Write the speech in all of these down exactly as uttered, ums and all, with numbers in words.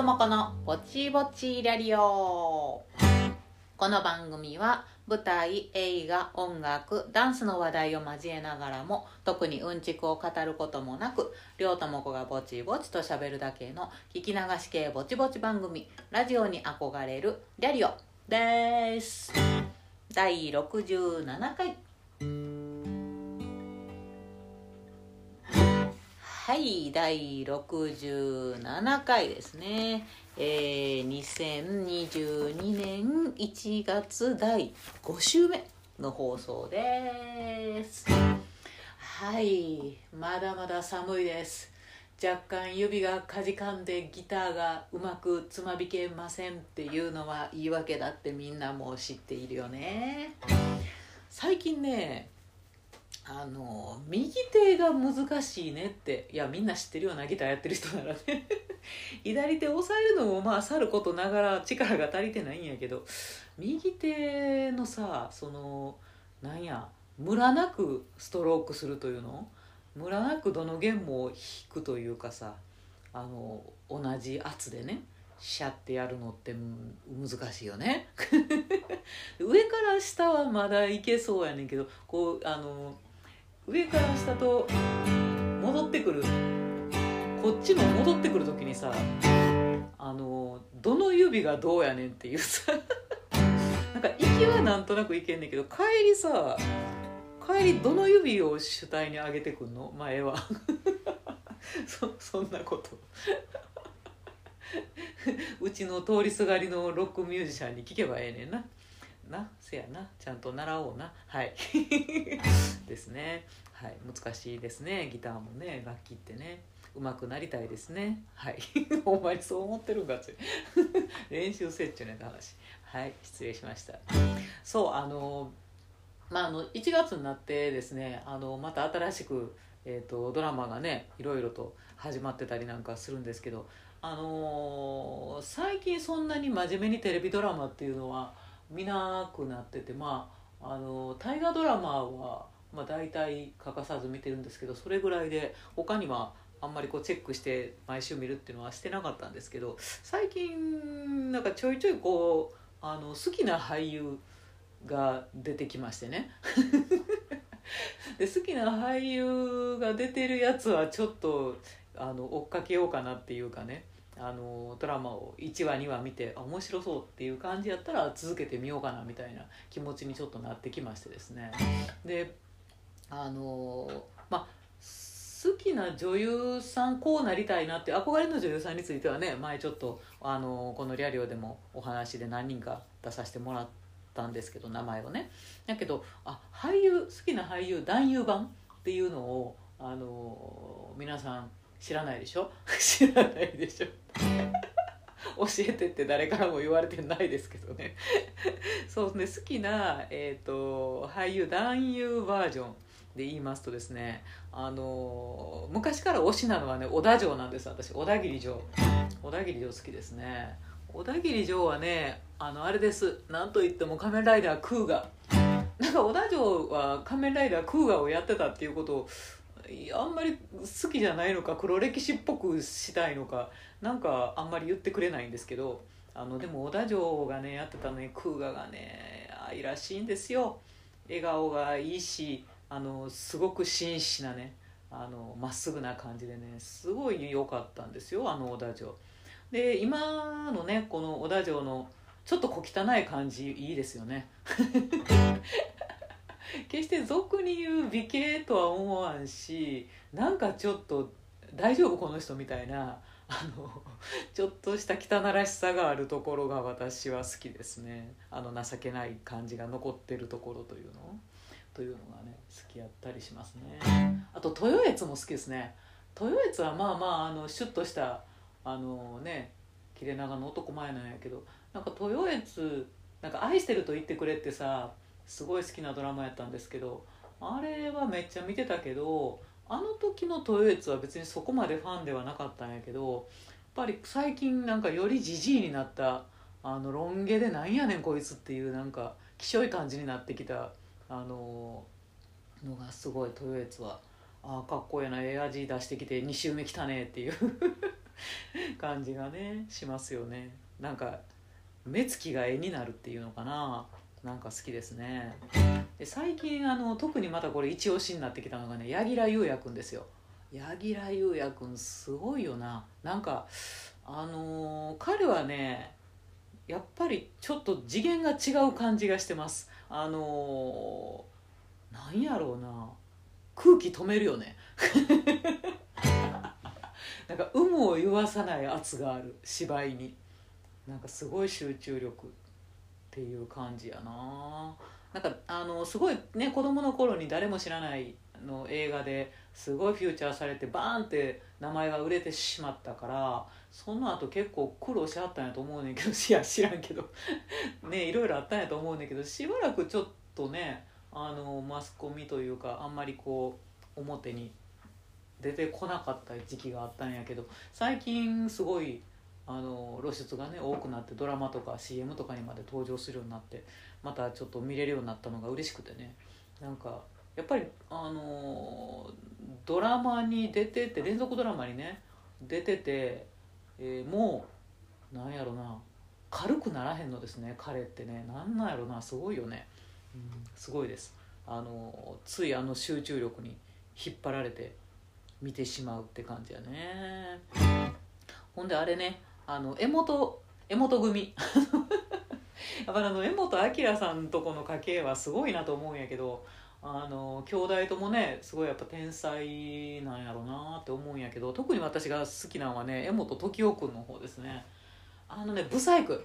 ともこのぼちぼちラリオ。この番組は舞台、映画、音楽、ダンスの話題を交えながらも特にうんちくを語ることもなく、りょうともこがぼちぼちと喋るだけの聞き流し系ぼちぼち番組、ラジオに憧れるラリオです。だいろくじゅうななかい。はい、だいろくじゅうななかいですね。えー、にせんにじゅうにねんいちがつだいごしゅうめの放送です。はい、まだまだ寒いです。若干指がかじかんでギターがうまくつまびけませんっていうのは言い訳だってみんなもう知っているよね。最近ね、あの右手が難しいねって、いやみんな知ってるような、ギターやってる人ならね左手を押さえるのもまあさることながら力が足りてないんやけど、右手のさ、そのなんやムラなくストロークするというの、ムラなくどの弦も弾くというかさ、あの同じ圧でねシャッてやるのって難しいよね上から下はまだいけそうやねんけど、こうあの上から下と戻ってくる、こっちの戻ってくる時にさ、あのどの指がどうやねんっていうさなんか行きはなんとなくいけんねんけど、帰りさ帰りどの指を主体に上げてくんの前はそ, そんなことうちの通りすがりのロックミュージシャンに聞けばええねんなな、せやな、ちゃんと習おうな、はいですね。はい、難しいですね、ギターもね、楽器ってね、上手くなりたいですね。はいほんまにそう思ってるんかって練習せっちゅうねんって話。はい、失礼しました。そうあのまあ、あのいちがつになってですね、あのまた新しく、えーと、ドラマがねいろいろと始まってたりなんかするんですけど、あのー、最近そんなに真面目にテレビドラマっていうのは見なくなってて、まああの大河ドラマは、まあ、大体欠かさず見てるんですけど、それぐらいで他にはあんまりこうチェックして毎週見るっていうのはしてなかったんですけど、最近なんかちょいちょいこうあの好きな俳優が出てきましてねで好きな俳優が出てるやつはちょっとあの追っかけようかなっていうかね、あのドラマをいちわにわ見て面白そうっていう感じやったら続けてみようかなみたいな気持ちにちょっとなってきましてですね。であのまあ好きな女優さんこうなりたいなって憧れの女優さんについてはね、前ちょっとあのこのリャリオでもお話で何人か出させてもらったんですけど、名前をね。だけどあ俳優好きな俳優男優版っていうのをあの皆さん知らないでしょ知らないでしょ教えてって誰からも言われてないですけどねそうね、好きな、えーと、俳優男優バージョンで言いますとですね、あの昔から推しなのはね小田城なんです。私小田切城小田切城好きですね。小田切城はね、あのあれです、なんといっても仮面ライダークーガ、なんか小田城は仮面ライダークーガをやってたっていうことをあんまり好きじゃないのか、黒歴史っぽくしたいのか、なんかあんまり言ってくれないんですけど、あのでも小田城がねやってたのにクーガがね愛らしいんですよ。笑顔がいいし、あのすごく真摯なね、あのまっすぐな感じでね、すごい良かったんですよ、あの小田城で。今のねこの小田城のちょっと小汚い感じいいですよね決して俗に言う美形とは思わんし、なんかちょっと大丈夫この人みたいな、あのちょっとした汚らしさがあるところが私は好きですね。あの情けない感じが残ってるところというのというのがね好きやったりしますね。あと豊悦も好きですね。豊悦はまあまあ、あのシュッとしたあのね切れ長の男前なんやけど、なんか豊悦なんか愛してると言ってくれってさ、すごい好きなドラマやったんですけど、あれはめっちゃ見てたけど、あの時の豊悦は別にそこまでファンではなかったんやけど、やっぱり最近なんかよりジジイになった、あのロン毛でなんやねんこいつっていうなんかきしょい感じになってきたあののがすごい豊悦は、ああかっこええな、ええ味出してきてに週目来たねっていう感じがねしますよね。なんか目つきが絵になるっていうのかな、なんか好きですね。で最近あの特にまたこれ一押しになってきたのがね、柳楽優弥くんですよ。柳楽優弥くんすごいよな。なんかあのー彼はねやっぱりちょっと次元が違う感じがしてます。あのーなんやろうな、空気止めるよね。なんか有無を言わさない圧がある芝居に、なんかすごい集中力っていう感じやな。なんかあのすごいね、子供の頃に誰も知らないの映画ですごいフューチャーされてバーンって名前が売れてしまったから、その後結構苦労しはったんやと思うねんけど、いや知らんけどね、いろいろあったんやと思うねんけど、しばらくちょっとね、あのマスコミというかあんまりこう表に出てこなかった時期があったんやけど、最近すごいあの露出がね多くなって、ドラマとか シーエム とかにまで登場するようになって、またちょっと見れるようになったのが嬉しくてね。なんかやっぱりあのドラマに出てて、連続ドラマにね出てて、えーもうなんやろな、軽くならへんのですね彼ってね。なんなんやろな、すごいよね、うん、すごいです。あのついあの集中力に引っ張られて見てしまうって感じやね。ほんであれね、あの江本江本組やっぱりあの江本明さんとこの家系はすごいなと思うんやけど、あの兄弟ともねすごいやっぱ天才なんやろなって思うんやけど、特に私が好きなのはね江本時生くんの方ですね。あのねブサイク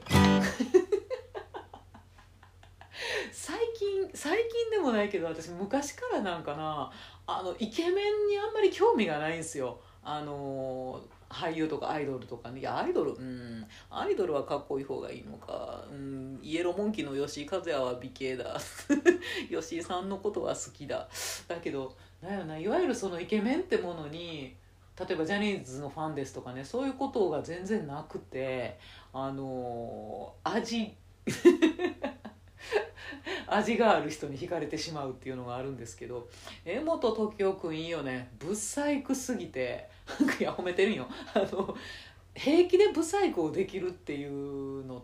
最近最近でもないけど、私昔からなんかな、あのイケメンにあんまり興味がないんですよ。あの俳優とかアイドルとかね。いやアイドル、うんアイドルはかっこいい方がいいのか、うん、イエローモンキーの吉井和也は美形だ吉井さんのことは好きだ。だけどなんやろな、いわゆるそのイケメンってものに、例えばジャニーズのファンですとかね、そういうことが全然なくて、あの味味がある人に惹かれてしまうっていうのがあるんですけど、柄本時生くんいいよね。ブサイクすぎていや褒めてるんよ。あの平気でブサイクをできるっていうのって、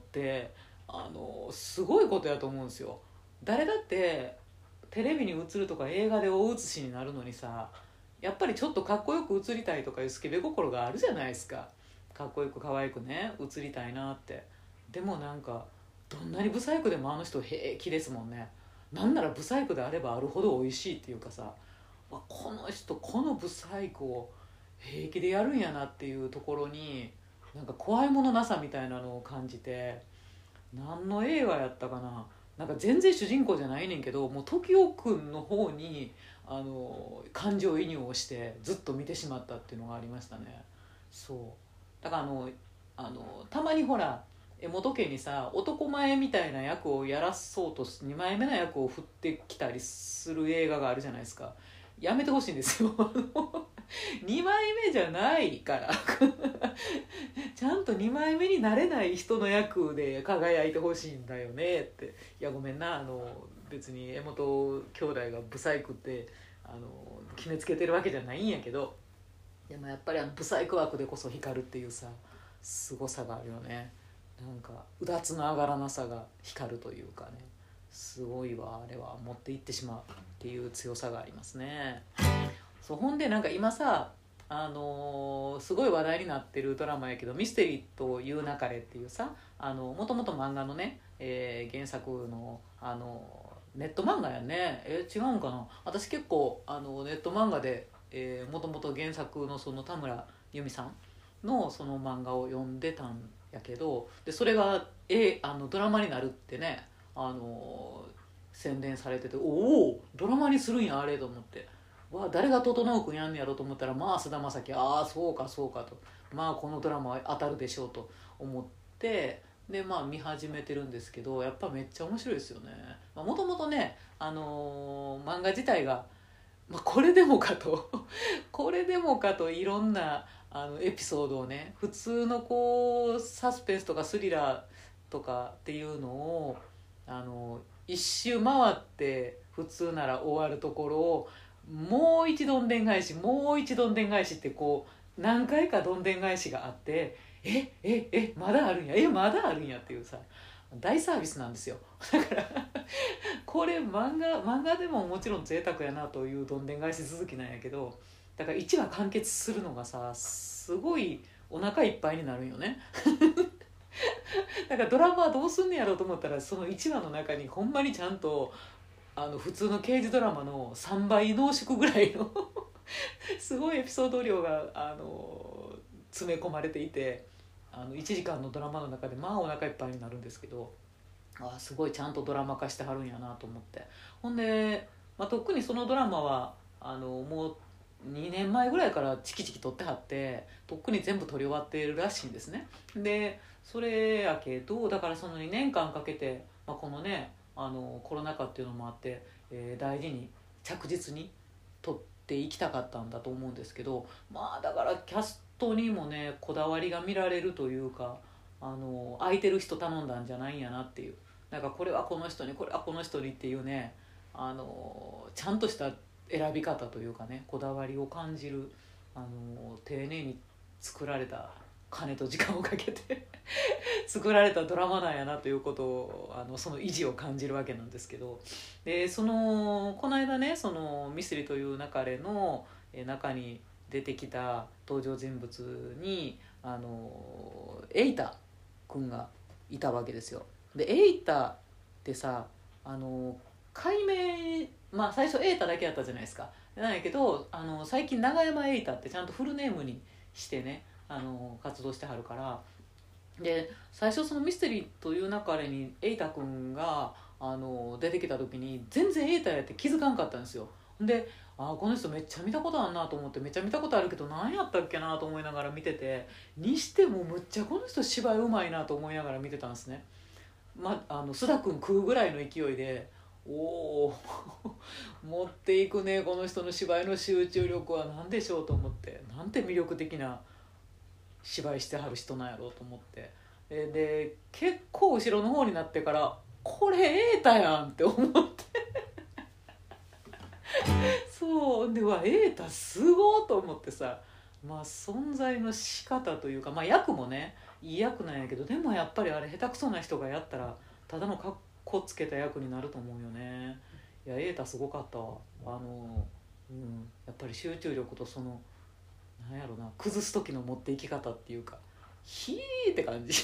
あのすごいことやと思うんですよ。誰だってテレビに映るとか映画で大写しになるのにさ、やっぱりちょっとかっこよく映りたいとかいうスケベ心があるじゃないですか。かっこよく可愛くね映りたいなって。でもなんかどんなにブサイクでもあの人平気ですもんね。なんならブサイクであればあるほど美味しいっていうかさ、わこの人このブサイクを平気でやるんやなっていうところに、なんか怖いものなさみたいなのを感じて。何の映画やったかな、なんか全然主人公じゃないねんけど、もう時生くんの方にあの感情移入をしてずっと見てしまったっていうのがありましたね。そうだからあのあのたまにほら江本家にさ男前みたいな役をやらそうとにまいめな役を振ってきたりする映画があるじゃないですか。やめてほしいんですよにまいめじゃないからちゃんとにまいめになれない人の役で輝いてほしいんだよねって。いやごめんな、あの別に江本兄弟がブサイクってあの決めつけてるわけじゃないんやけど、でもやっぱりあのブサイク枠でこそ光るっていうさ凄さがあるよね。なんかうだつの上がらなさが光るというかね、すごいわあれは。持っていってしまうっていう強さがありますね。そうほんでなんか今さ、あのーすごい話題になってるドラマやけど「ミステリーという勿れ」っていうさ、あのもともと漫画のね、えー原作の、あのネット漫画やね。えー違うんかな。私結構あのネット漫画で、えー、もともと原作のその田村由美さんのその漫画を読んでたんやけど、でそれが、えーあのドラマになるってね、あの宣伝されてて、おおドラマにするんやあれと思って、わ誰が整君やんねやろと思ったら、まあ菅田将暉、ああそうかそうかと、まあこのドラマは当たるでしょうと思って、でまあ見始めてるんですけど、やっぱめっちゃ面白いですよね。もともとね、あのー漫画自体が、まあ、これでもかとこれでもかといろんなあのエピソードをね、普通のこうサスペンスとかスリラーとかっていうのをあの一周回って普通なら終わるところを、もう一どんでん返しもう一どんでん返しってこう何回かどんでん返しがあって、 えええまだあるんやえまだあるんやっていうさ大サービスなんですよ。だからこれ漫画漫画でももちろん贅沢やなというどんでん返し続きなんやけど、だからいちわ完結するのがさすごいお腹いっぱいになるんよね。だからドラマはどうすんねやろうと思ったら、そのいちわの中にほんまにちゃんとあの普通の刑事ドラマのさんばい濃縮ぐらいのすごいエピソード量があの詰め込まれていて、あのいちじかんのドラマの中でまあお腹いっぱいになるんですけど、あすごいちゃんとドラマ化してはるんやなと思って。ほんで、まあ、特にそのドラマはあのもうにねんまえぐらいからチキチキ撮ってはって、とっくに全部撮り終わっているらしいんですね。でそれやけど、だからそのにねんかんかけて、まあ、このねあのコロナ禍っていうのもあって、えー大事に着実に撮っていきたかったんだと思うんですけど、まあだからキャストにもねこだわりが見られるというか、あの空いてる人頼んだんじゃないんやなっていう、なんかこれはこの人にこれはこの人にっていうね、あのちゃんとした選び方というかね、こだわりを感じる、あの丁寧に作られた、金と時間をかけて作られたドラマなんやなということを、あのその意地を感じるわけなんですけど、でそのこの間ね、そのミステリという流れのえ中に出てきた登場人物にあのエイタ君がいたわけですよ。でエイタってさ、あの解明、まあ最初エイタだけやったじゃないですか。なんやけどあの最近永山エイタってちゃんとフルネームにしてね、あの活動してはるから。で最初そのミステリーという流れに瑛太君があの出てきた時に全然瑛太やって気づかんかったんですよ。で、あこの人めっちゃ見たことあるなと思って、めっちゃ見たことあるけど何やったっけなと思いながら見てて、にしてもむっちゃこの人芝居うまいなと思いながら見てたんですね。まあの須田君食うぐらいの勢いで、おお持っていくねこの人の芝居の集中力は何でしょうと思って、なんて魅力的な芝居してはる人なんやろうと思って、でで結構後ろの方になってからこれ瑛太やんって思ってそうで、うわ瑛太すごいと思ってさ、まあ存在の仕方というか、まあ役もねいい役なんやけど、でもやっぱりあれ下手くそな人がやったらただのかっこつけた役になると思うよね。いや瑛太すごかったわ。あの、うん、やっぱり集中力とそのなんやろな、崩す時の持っていき方っていうか、ヒーって感じ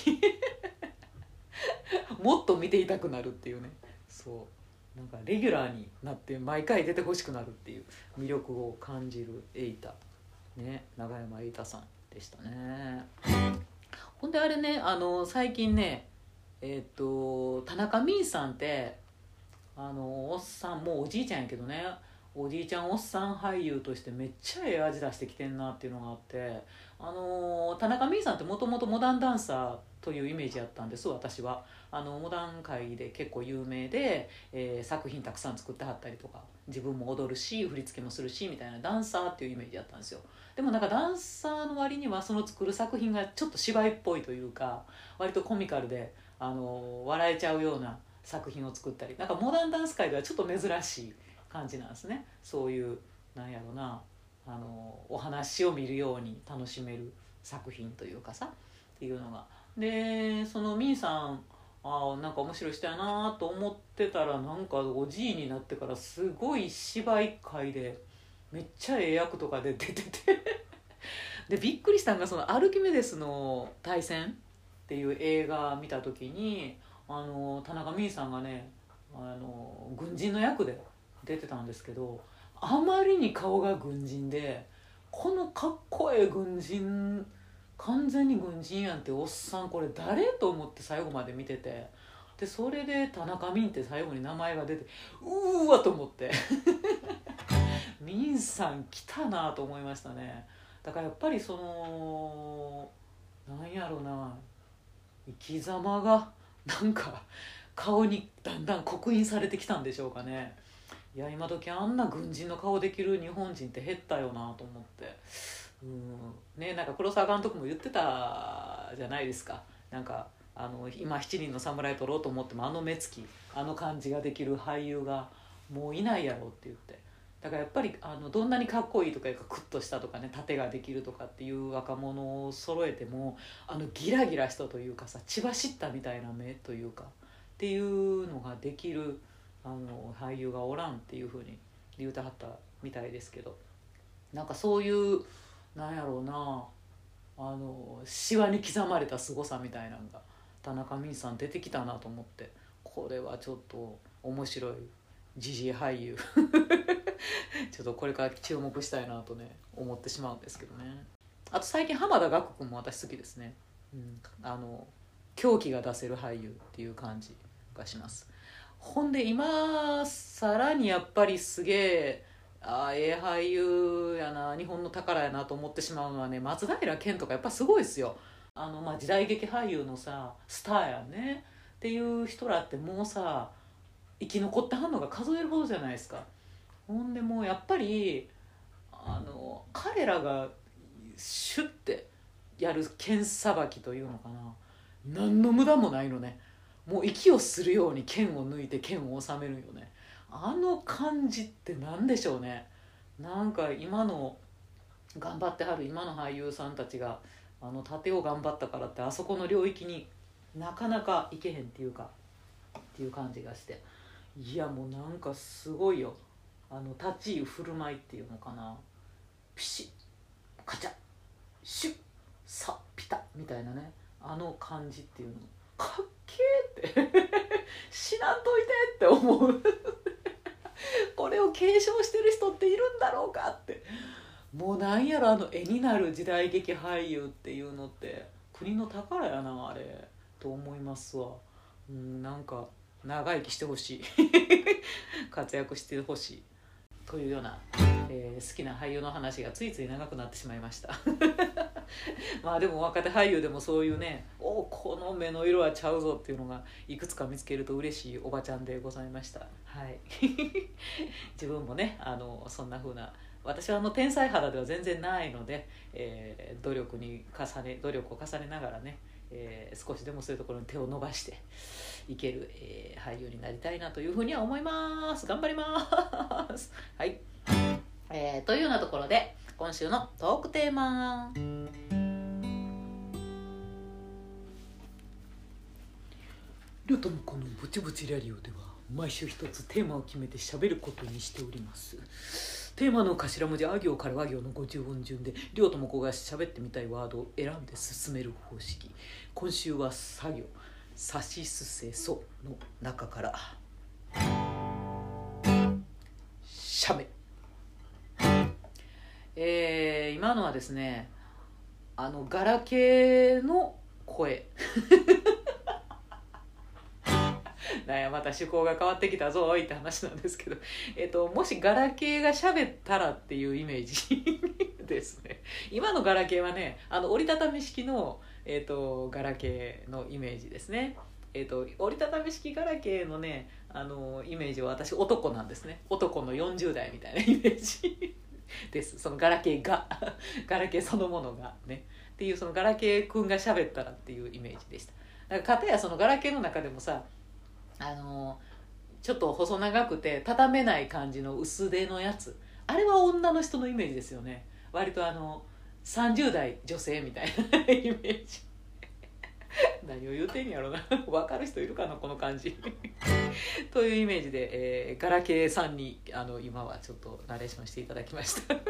もっと見ていたくなるっていうね。そうなんかレギュラーになって毎回出てほしくなるっていう魅力を感じるエイタね、永山瑛太さんでしたね。ほんであれね、あの最近ね、えっ、と田中泯さんってあのおっさん、もうおじいちゃんやけどね、おじいちゃんおっさん俳優としてめっちゃええ味出してきてんなっていうのがあって、あの田中泯さんってもともとモダンダンサーというイメージやったんです。私はあのモダン界で結構有名で、えー作品たくさん作ってはったりとか、自分も踊るし振り付けもするしみたいなダンサーっていうイメージやったんですよ。でもなんかダンサーの割にはその作る作品がちょっと芝居っぽいというか、割とコミカルであの笑えちゃうような作品を作ったり、なんかモダンダンス界ではちょっと珍しい感じなんですね。そういうなんやろな、あのお話を見るように楽しめる作品というかさっていうのが。でそのミーさん、あなんか面白い人やなと思ってたら、なんかおじいになってからすごい芝居界でめっちゃええ役とかで出ててでびっくりしたのが、そのアルキメデスの対戦っていう映画見た時に、あの田中泯さんがね、あの軍人の役で出てたんですけど、あまりに顔が軍人で、このかっこええ軍人、完全に軍人やんっておっさんこれ誰と思って最後まで見てて、でそれで田中泯って最後に名前が出て、うーわと思って泯さん来たなと思いましたね。だからやっぱりそのなんやろな、生き様がなんか顔にだんだん刻印されてきたんでしょうかね。いや今時あんな軍人の顔できる日本人って減ったよなと思って、うんね、なんか黒沢監督も言ってたじゃないですか。なんかあの今しちにんの侍撮ろうと思っても、あの目つきあの感じができる俳優がもういないやろって言って、 だからやっぱりあのどんなにかっこいいとかクッとしたとかね盾ができるとかっていう若者を揃えてもあのギラギラしたというかさ血走ったみたいな目というかっていうのができるあの俳優がおらんっていうふうに言うてはったみたいですけど、なんかそういうなんやろうなあのシワに刻まれた凄さみたいなのが田中泯さん出てきたなと思って、これはちょっと面白いジジイ俳優ちょっとこれから注目したいなとね思ってしまうんですけどね。あと最近浜田岳君も私好きですね、うん、あの狂気が出せる俳優っていう感じがします。ほんで今さらにやっぱりすげえあええ俳優やな日本の宝やなと思ってしまうのはね松平健とかやっぱすごいですよ。あの、まあ、時代劇俳優のさスターやねっていう人らってもうさ生き残ってはんのが数えるほどじゃないですか。ほんでもうやっぱりあの彼らがシュッてやる剣さばきというのかな、何の無駄もないのね。もう息をするように剣を抜いて剣を収めるよね。あの感じって何でしょうね。なんか今の頑張ってはる今の俳優さんたちがあの盾を頑張ったからってあそこの領域になかなかいけへんっていうかっていう感じがして、いやもうなんかすごいよ。あの立ち居振る舞いっていうのかな、ピシッカチャシュッサピタみたいなね、あの感じっていうのかっけーって死なんといてって思うこれを継承してる人っているんだろうかって、もうなんやろあの絵になる時代劇俳優っていうのって国の宝やなあれと思いますわ。うん、なんか長生きしてほしい活躍してほしいというような、えー、好きな俳優の話がついつい長くなってしまいましたまあでも若手俳優でもそういうねおこの目の色はちゃうぞっていうのがいくつか見つけると嬉しいおばちゃんでございました。はい自分もねあのそんな風な私はあの天才肌では全然ないので、えー、努力に重ね努力を重ねながらね、えー、少しでもそういうところに手を伸ばしていける、えー、俳優になりたいなというふうには思います。頑張りますはい、えー、というようなところで今週のトークテーマ、りょうともこのぼちぼちラリオでは毎週一つテーマを決めて喋ることにしております。テーマの頭文字あ行から和行のごじゅう音順でりょうともこが喋ってみたいワードを選んで進める方式。今週は作業さしすせその中から写メ、えー、今のはですねあのガラケーの声なんやまた趣向が変わってきたぞいって話なんですけど、えっと、もしガラケーが喋ったらっていうイメージですね。今のガラケーはねあの折りたたみ式の、えっと、ガラケーのイメージですね。えっと、折りたたみ式ガラケーのねあのイメージは私男なんですね。男のよんじゅう代みたいなイメージです。そのガラケーがガラケーそのものがねっていうそのガラケーくんが喋ったらっていうイメージでした。だから片やそのガラケーの中でもさあのちょっと細長くて畳めない感じの薄手のやつ、あれは女の人のイメージですよね。割とあのさんじゅう代女性みたいなイメージ何を言うてんやろな分かる人いるかなこの感じというイメージで、えー、ガラケーさんにあの今はちょっとナレーションしていただきました、はい、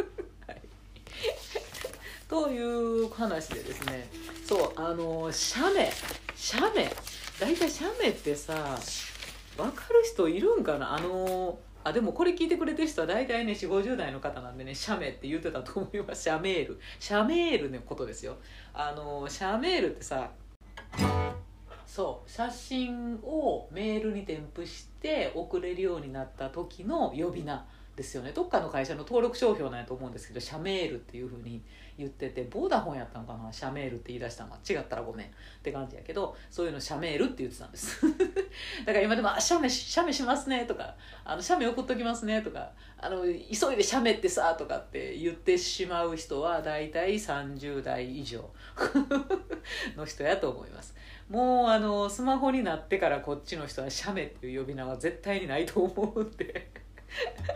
という話でですね、そうあの写メ写メ大体写メってさ分かる人いるんかな。あのあでもこれ聞いてくれてる人は大体ね よんじゅうごじゅう代の方なんでね写メって言ってたと思います。写メール写メールのことですよ。あの写メールってさそう写真をメールに添付して送れるようになった時の呼び名ですよね。どっかの会社の登録商標なんやと思うんですけど写メールっていう風に言ってて、ボーダフォンやったのかな写メールって言い出したのは。違ったらごめんって感じやけどそういうの写メールって言ってたんですだから今でもあ写メ写メしますねとかあの写メ送っときますねとかあの急いで写メってさとかって言ってしまう人はだいたいさんじゅう代以上の人やと思います。もうあのスマホになってからこっちの人は写メっていう呼び名は絶対にないと思うんで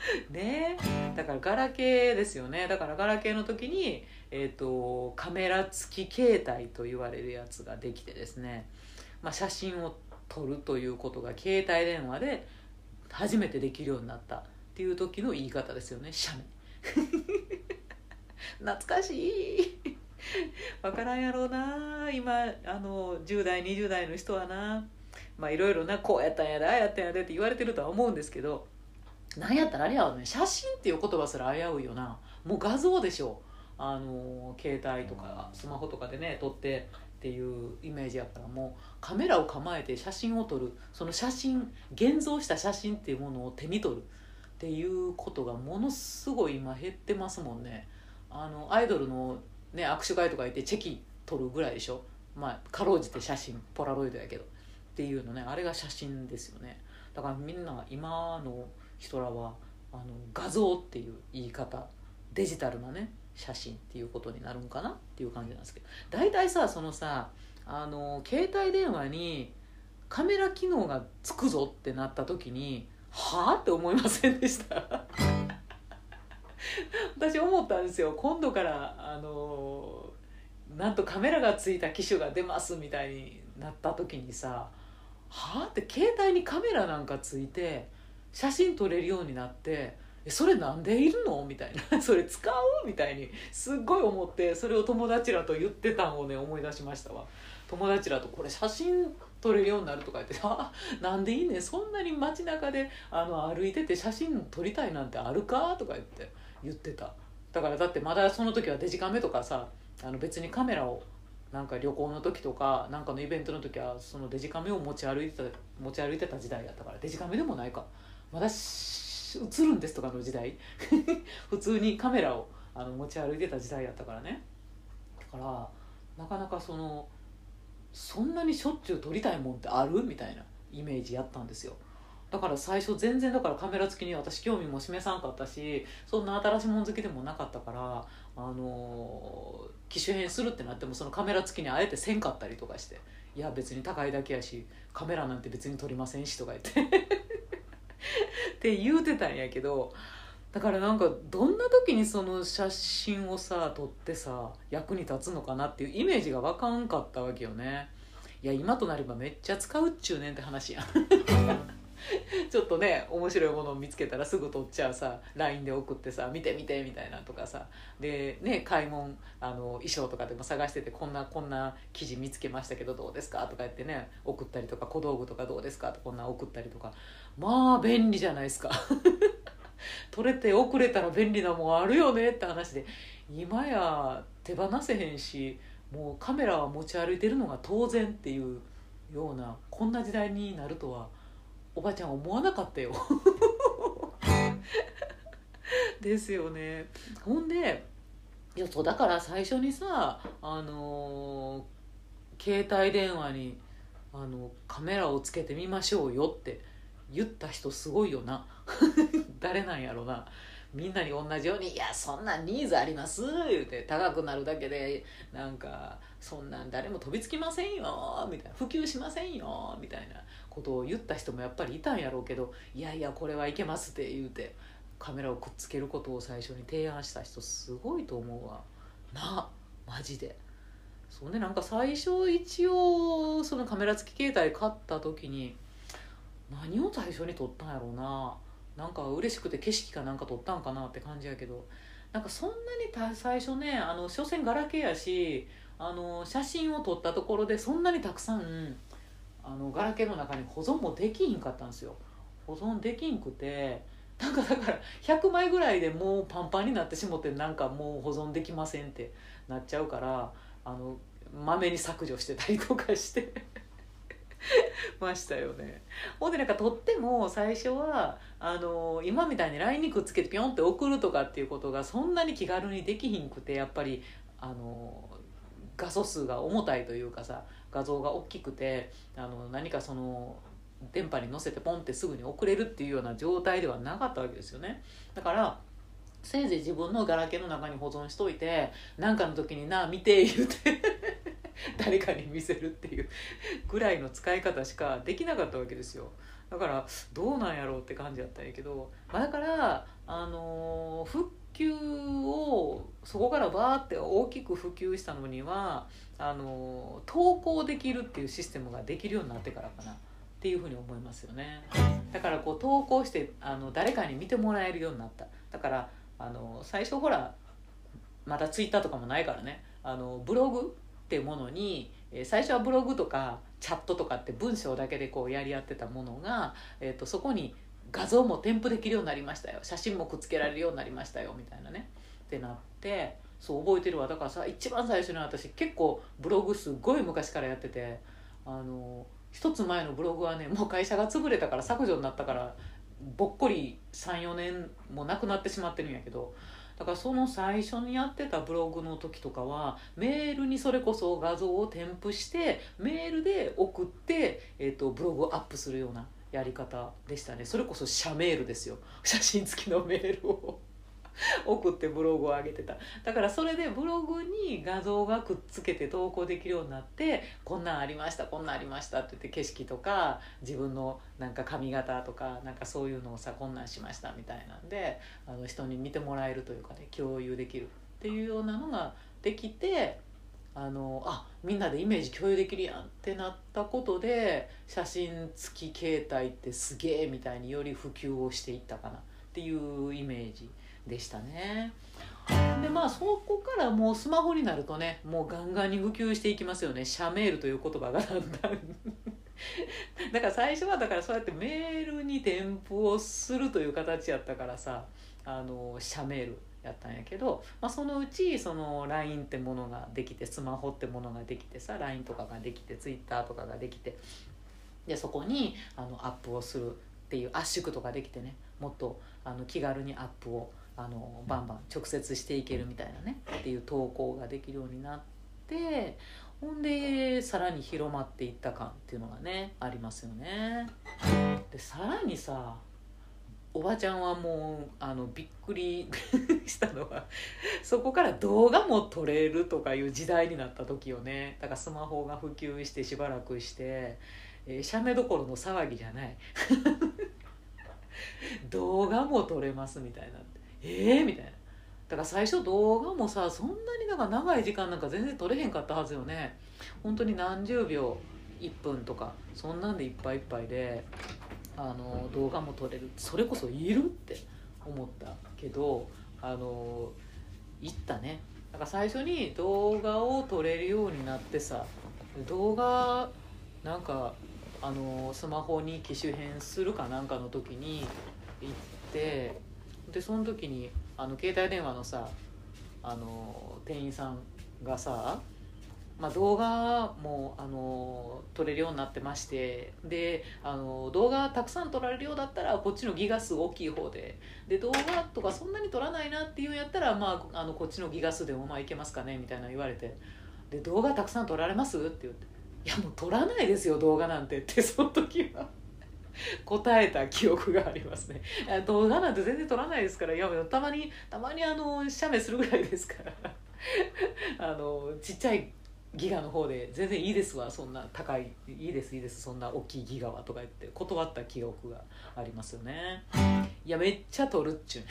ね、だからガラケーですよね。だからガラケーの時に、えーと、カメラ付き携帯と言われるやつができてですね、まあ、写真を撮るということが携帯電話で初めてできるようになったっていう時の言い方ですよね、写メ。懐かしい。わからんやろうな今、あのじゅう代にじゅう代の人はな、まあいろいろな、こうやったんやでああやったんやでって言われてるとは思うんですけど、なんやったらあれやわね、写真っていう言葉すら危ういよな。もう画像でしょ。あの携帯とかスマホとかでね撮ってっていうイメージやから、もうカメラを構えて写真を撮る、その写真、現像した写真っていうものを手に取るっていうことがものすごい今減ってますもんね。あのアイドルの、ね、握手会とか行ってチェキ撮るぐらいでしょ。まあかろうじて写真ポラロイドやけどっていうのね、あれが写真ですよね。だからみんな今の人らはあの画像っていう言い方、デジタルなね写真っていうことになるんかなっていう感じなんですけど、大体さ、そのさ、あの携帯電話にカメラ機能がつくぞってなった時に、はあって思いませんでした？私思ったんですよ。今度からあのなんとカメラがついた機種が出ますみたいになった時にさ、はあって、携帯にカメラなんかついて写真撮れるようになって、えそれなんでいるのみたいなそれ使うみたいにすっごい思って、それを友達らと言ってたんをね思い出しましたわ。友達らとこれ写真撮れるようになるとか言って、あなんでいいね、そんなに街中であの歩いてて写真撮りたいなんてあるかとか言って言ってた。だからだってまだその時はデジカメとかさ、あの別にカメラをなんか旅行の時とかなんかのイベントの時はそのデジカメを持ち歩いてた持ち歩いてた時代やったから、デジカメでもないか、まだし映るんですとかの時代普通にカメラをあの持ち歩いてた時代やったからね。だからなかなかそのそんなにしょっちゅう撮りたいもんってあるみたいなイメージやったんですよ。だから最初全然だからカメラ付きに私興味も示さんかったし、そんな新しいもん好きでもなかったから、あのー機種変するってなってもそのカメラ付きにあえてせんかったりとかして、いや別に高いだけやしカメラなんて別に撮りませんしとか言ってって言うてたんやけど、だからなんかどんな時にその写真をさ撮ってさ役に立つのかなっていうイメージが分かんかったわけよね。いや今となればめっちゃ使うっちゅうねんって話やんちょっとね面白いものを見つけたらすぐ撮っちゃうさ、 ライン で送ってさ見て見てみたいなとかさ、でね買い物あの衣装とかでも探してて、こんなこんな生地見つけましたけどどうですかとか言ってね送ったりとか、小道具とかどうですかとこんな送ったりとか、まあ便利じゃないですか撮れて送れたら便利なもんあるよねって話で、今や手放せへんし、もうカメラは持ち歩いてるのが当然っていうようなこんな時代になるとはおばちゃん思わなかったよですよね。ほんでいやそうだから最初にさ、あのー携帯電話にあのカメラをつけてみましょうよって言った人すごいよな誰なんやろな。みんなに同じように「いやそんなんニーズあります」言うて、高くなるだけでなんかそんなん誰も飛びつきませんよみたいな、普及しませんよみたいなことを言った人もやっぱりいたんやろうけど、いやいやこれはいけますって言うてカメラをくっつけることを最初に提案した人すごいと思うわな、マジで。そうね、なんか最初一応そのカメラ付き携帯買った時に何を最初に撮ったんやろうな、なんか嬉しくて景色かなんか撮ったんかなって感じやけど、なんかそんなにた最初ね、あの所詮ガラケーやし、あの写真を撮ったところでそんなにたくさんあのガラケーの中に保存もできひんかったんですよ。保存できんくて、なんかだからひゃくまいぐらいでもうパンパンになってしもって、なんかもう保存できませんってなっちゃうから、あのまめに削除してたりとかしてましたよね。ほんでなんか撮っても最初はあの今みたいに ライン にくっつけてピョンって送るとかっていうことがそんなに気軽にできひんくて、やっぱりあの画素数が重たいというかさ、画像が大きくてあの何かその電波に乗せてポンってすぐに送れるっていうような状態ではなかったわけですよね。だからせいぜい自分のガラケーの中に保存しといて、何かの時にな見て言うて誰かに見せるっていうぐらいの使い方しかできなかったわけですよ。だからどうなんやろうって感じだったんやけど、まあ、だからあの復旧をそこからバーって大きく普及したのにはあの投稿できるっていうシステムができるようになってからかなっていうふうに思いますよね。だからこう投稿してあの誰かに見てもらえるようになった。だからあの最初ほらまだツイッターとかもないからね、あのブログっていうものに最初はブログとかチャットとかって文章だけでこうやり合ってたものが、えー、とそこに画像も添付できるようになりましたよ、写真もくっつけられるようになりましたよみたいなねってなって、そう覚えてるわ。だからさ一番最初に私結構ブログすごい昔からやってて、あの一つ前のブログはねもう会社が潰れたから削除になったからぼっこりさんよねんもなくなってしまってるんやけど、だからその最初にやってたブログの時とかはメールにそれこそ画像を添付してメールで送って、えー、とブログをアップするようなやり方でしたね。それこそ写メールですよ、写真付きのメールを送ってブログを上げてた。だからそれでブログに画像がくっつけて投稿できるようになって、こんなんありましたこんなんありましたって言って景色とか自分のなんか髪型とかなんかそういうのをさこんなんしましたみたいなんであの人に見てもらえるというかね共有できるっていうようなのができて、あのあみんなでイメージ共有できるやんってなったことで写真付き携帯ってすげえみたいにより普及をしていったかなっていうイメージでしたね。でまあそこからもうスマホになるとねもうガンガンに普及していきますよね。写メールという言葉がだんだんだから最初はだからそうやってメールに添付をするという形やったからさ、あの写メールやったんやけど、まあ、そのうちその ライン ってものができてスマホってものができてさ ライン とかができて ツイッター とかができて、でそこにあのアップをするっていう圧縮とかできてね、もっとあの気軽にアップをあのバンバン直接していけるみたいなねっていう投稿ができるようになって、ほんでさらに広まっていった感っていうのがねありますよね。でさらにさおばちゃんはもうあのびっくりしたのはそこから動画も撮れるとかいう時代になった時よね。だからスマホが普及してしばらくして、えー、写メどころの騒ぎじゃない動画も撮れますみたいな、えーみたいな。だから最初動画もさそんなになんか長い時間なんか全然撮れへんかったはずよね。本当に何十秒いっぷんとかそんなんでいっぱいいっぱいであの動画も撮れる、それこそいるって思ったけど、あのいったね。だから最初に動画を撮れるようになってさ、動画なんかあのスマホに機種変するかなんかの時に行って、でその時にあの携帯電話のさあの店員さんがさ、まあ、動画もあの撮れるようになってまして、であの動画たくさん撮られるようだったらこっちのギガ数大きい方で、で動画とかそんなに撮らないなっていうんやったら、まあ、あのこっちのギガ数でもまあいけますかねみたいな言われて、で動画たくさん撮られますって言って、いやもう撮らないですよ動画なんてってその時は答えた記憶がありますね。動画なんて全然撮らないですから、いやたまにたまにあの写メするぐらいですからあのちっちゃいギガの方で全然いいですわ、そんな高いいいですいいですそんな大きいギガはとか言って断った記憶がありますよね。いやめっちゃ撮るっちゅう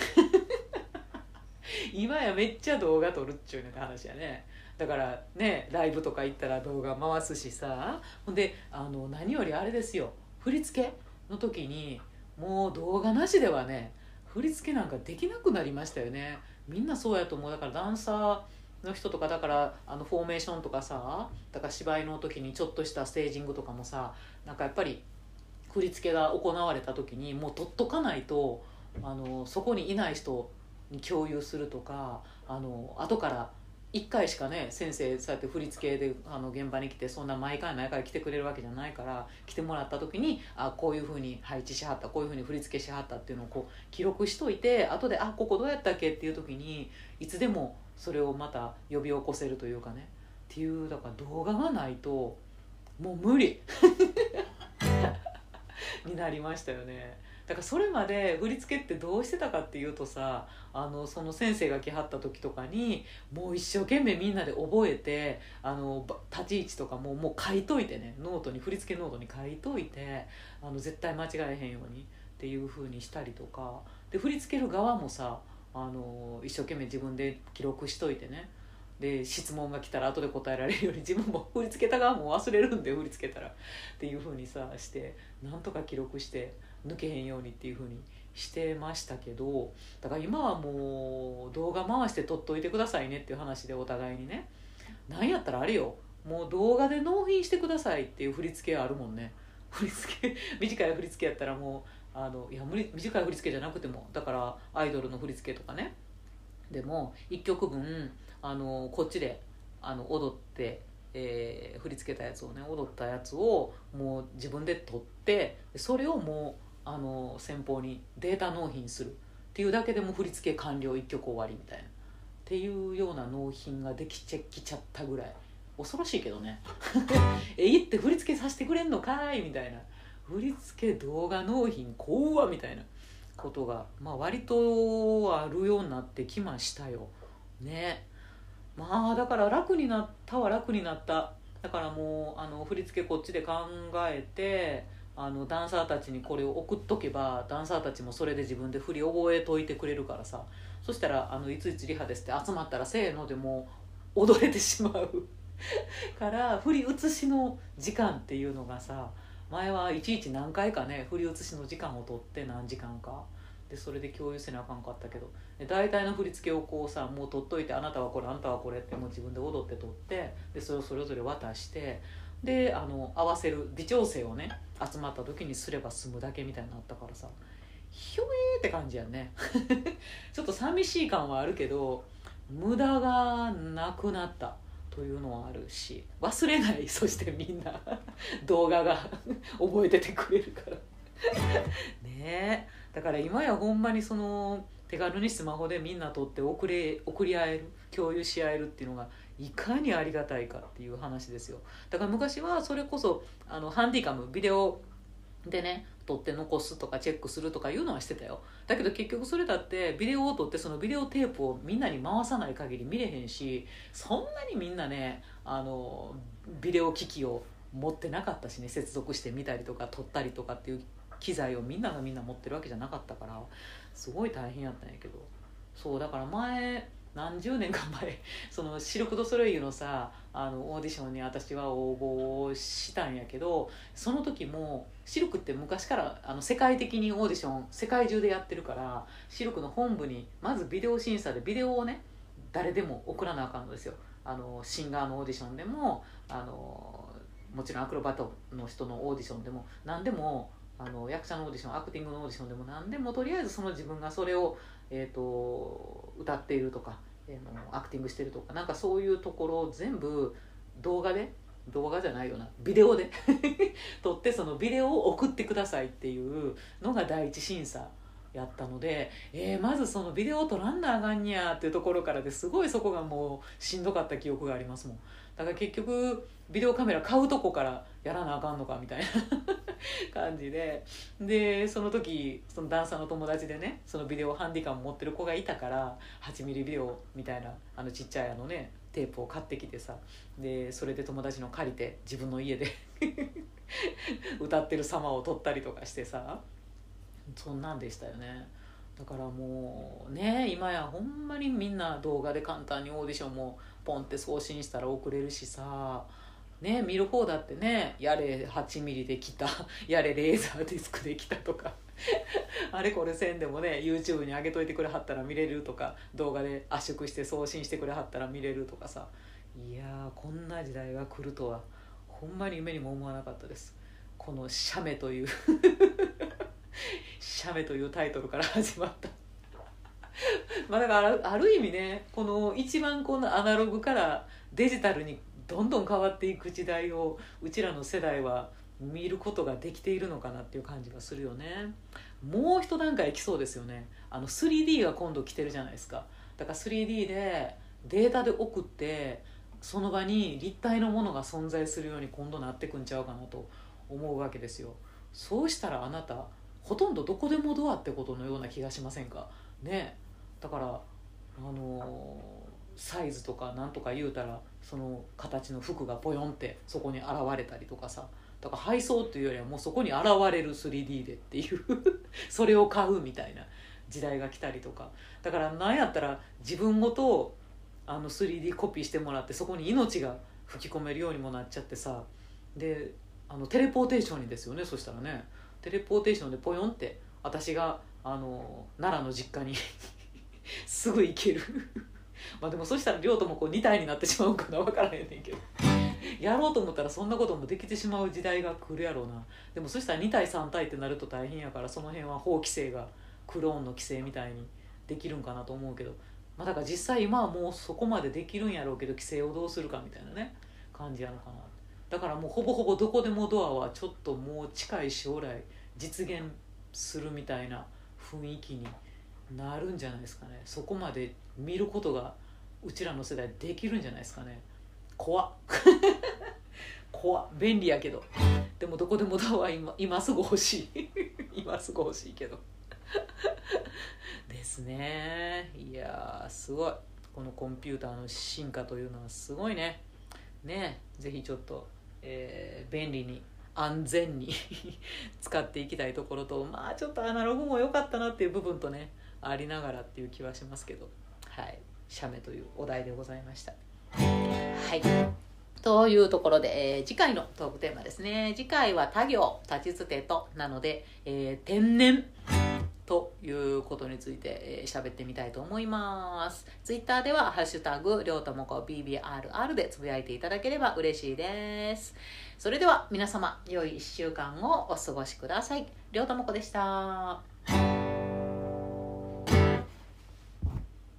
今やめっちゃ動画撮るっちゅうねって話やね。だからねライブとか行ったら動画回すしさ、ほんであの何よりあれですよ、振り付けの時にもう動画なしではね振り付けなんかできなくなりましたよね。みんなそうやと思う。だからダンサーの人とかだからあのフォーメーションとかさ、だから芝居の時にちょっとしたステージングとかもさ、なんかやっぱり振り付けが行われた時にもう取っとかないと、あのそこにいない人に共有するとか、あの後からいっかいしかね先生そうやって振り付けであの現場に来てそんな毎回毎回来てくれるわけじゃないから、来てもらった時にあこういう風に配置しはった、こういう風に振り付けしはったっていうのをこう記録しといて、後であここどうやったっけっていう時にいつでもそれをまた呼び起こせるというかねっていう、だから動画がないともう無理になりましたよね。だからそれまで振り付けってどうしてたかっていうとさ、あのその先生が来はった時とかにもう一生懸命みんなで覚えて、あの立ち位置とかももう書いといてね、ノートに振り付けノートに書いといて、あの絶対間違えへんようにっていう風にしたりとかで振り付ける側もさあの一生懸命自分で記録しといてね、で質問が来たら後で答えられるように自分も振り付けた側も忘れるんで振り付けたらっていう風にさしてなんとか記録して抜けへんようにっていう風にしてましたけど、だから今はもう動画回して撮っといてくださいねっていう話でお互いにね、なんやったらあれよもう動画で納品してくださいっていう振り付けあるもんね。振り付け短い振り付けやったらもうあのいや無理短い振り付けじゃなくてもだからアイドルの振り付けとかねでもいっきょくぶんあのこっちであの踊って、えー振り付けたやつをね踊ったやつをもう自分で撮ってそれをもうあの先方にデータ納品するっていうだけでも振り付け完了いっきょく終わりみたいなっていうような納品ができちゃきちゃったぐらい恐ろしいけどねえいって振り付けさせてくれんのかいみたいな、振り付け動画納品怖みたいなことが、まあ、割とあるようになってきましたよね。まあだから楽になったは楽になった。だからもうあの振り付けこっちで考えてあのダンサーたちにこれを送っとけばダンサーたちもそれで自分で振り覚えといてくれるからさ、そしたらあのいついつリハですって集まったらせーのでもう踊れてしまうから振り写しの時間っていうのがさ前はいちいち何回かね振り写しの時間を取って何時間かでそれで共有せなあかんかったけどで大体の振り付けをこうさもう取っといてあなたはこれあなたはこれってもう自分で踊って取ってでそれをそれぞれ渡してであの合わせる微調整をね集まった時にすれば済むだけみたいになったからさひょえーって感じやねちょっと寂しい感はあるけど無駄がなくなったというのはあるし忘れないそしてみんな動画が覚えててくれるからねえだから今やほんまにその手軽にスマホでみんな撮って送れ送り合える共有し合えるっていうのがいかにありがたいかっていう話ですよ。だから昔はそれこそあのハンディカムビデオでね撮って残すとかチェックするとかいうのはしてたよ。だけど結局それだってビデオを撮ってそのビデオテープをみんなに回さない限り見れへんしそんなにみんなねあのビデオ機器を持ってなかったしね接続して見たりとか撮ったりとかっていう機材をみんながみんな持ってるわけじゃなかったからすごい大変やったんやけどそうだから前何十年か前そのシルク・ドゥ・ソレイユのさあのオーディションに私は応募したんやけどその時もシルクって昔からあの世界的にオーディション世界中でやってるからシルクの本部にまずビデオ審査でビデオをね誰でも送らなあかんのですよ。あのシンガーのオーディションでもあのもちろんアクロバットの人のオーディションでも何でもあの役者のオーディションアクティングのオーディションでも何でもとりあえずその自分がそれを、えー、と歌っているとか、えー、のアクティングしてるとかなんかそういうところを全部動画で動画じゃないよなビデオで撮ってそのビデオを送ってくださいっていうのが第一審査やったので、えー、まずそのビデオを撮らんなあかんにゃっていうところからですごいそこがもうしんどかった記憶がありますもん。だから結局ビデオカメラ買うとこからやらなあかんのかみたいな感じででその時そのダンサーの友達でねそのビデオハンディカム持ってる子がいたからはちミリビデオみたいなあのちっちゃいあのねテープを買ってきてさでそれで友達の借りて自分の家で歌ってる様を撮ったりとかしてさそんなんでしたよね。だからもうね今やほんまにみんな動画で簡単にオーディションもポンって送信したら送れるしさね見る方だってねやれはちミリできたやれレーザーディスクできたとかあれこれせんでもね YouTube に上げといてくれはったら見れるとか動画で圧縮して送信してくれはったら見れるとかさいやーこんな時代が来るとはほんまに夢にも思わなかったです。この写メという写メというタイトルから始まったまあだからある意味ねこの一番このアナログからデジタルにどんどん変わっていく時代をうちらの世代は見ることができているのかなっていう感じがするよね。もう一段階来そうですよね。あの スリーディー が今度来てるじゃないですか。だから スリーディー でデータで送ってその場に立体のものが存在するように今度なってくんちゃうかなと思うわけですよ。そうしたらあなたほとんどどこでもドアってことのような気がしませんかね。だからあのー、サイズとかなんとか言うたらその形の服がポヨンってそこに現れたりとかさだから配送っていうよりはもうそこに現れる スリーディー でっていうそれを買うみたいな時代が来たりとか、だからなんやったら自分ごとあの スリーディー コピーしてもらってそこに命が吹き込めるようにもなっちゃってさ、であのテレポーテーションにですよね。そしたらねテレポーテーションでポヨンって私があの奈良の実家にすぐ行けるまあでもそしたら亮ともこうに体になってしまうかな、分からへんねんけどやろうと思ったらそんなこともできてしまう時代が来るやろうな。でもそしたらに体さん体ってなると大変やから、その辺は法規制がクローンの規制みたいにできるんかなと思うけど、まあだから実際今はもうそこまでできるんやろうけど規制をどうするかみたいなね感じやのかな。だからもうほぼほぼどこでもドアはちょっともう近い将来実現するみたいな雰囲気になるんじゃないですかね。そこまで見ることがうちらの世代できるんじゃないですかね。怖っ怖っ、便利やけど、でもどこでもドアは 今, 今すぐ欲しい今すぐ欲しいけどですね。いやーすごい、このコンピューターの進化というのはすごいね。ね、ぜひちょっと、えー、便利に安全に使っていきたいところと、まあちょっとアナログも良かったなっていう部分とねありながらっていう気はしますけど、はい、写メというお題でございました。はい、というところで、えー、次回のトークテーマですね。次回は他行立ちつてとなので、えー、天然ということについて喋、えー、ってみたいと思います。ツイッターではハッシュタグりょうともこ ビービーアールアール でつぶやいていただければ嬉しいです。それでは皆様良いいっしゅうかんをお過ごしください。りょうともこでした。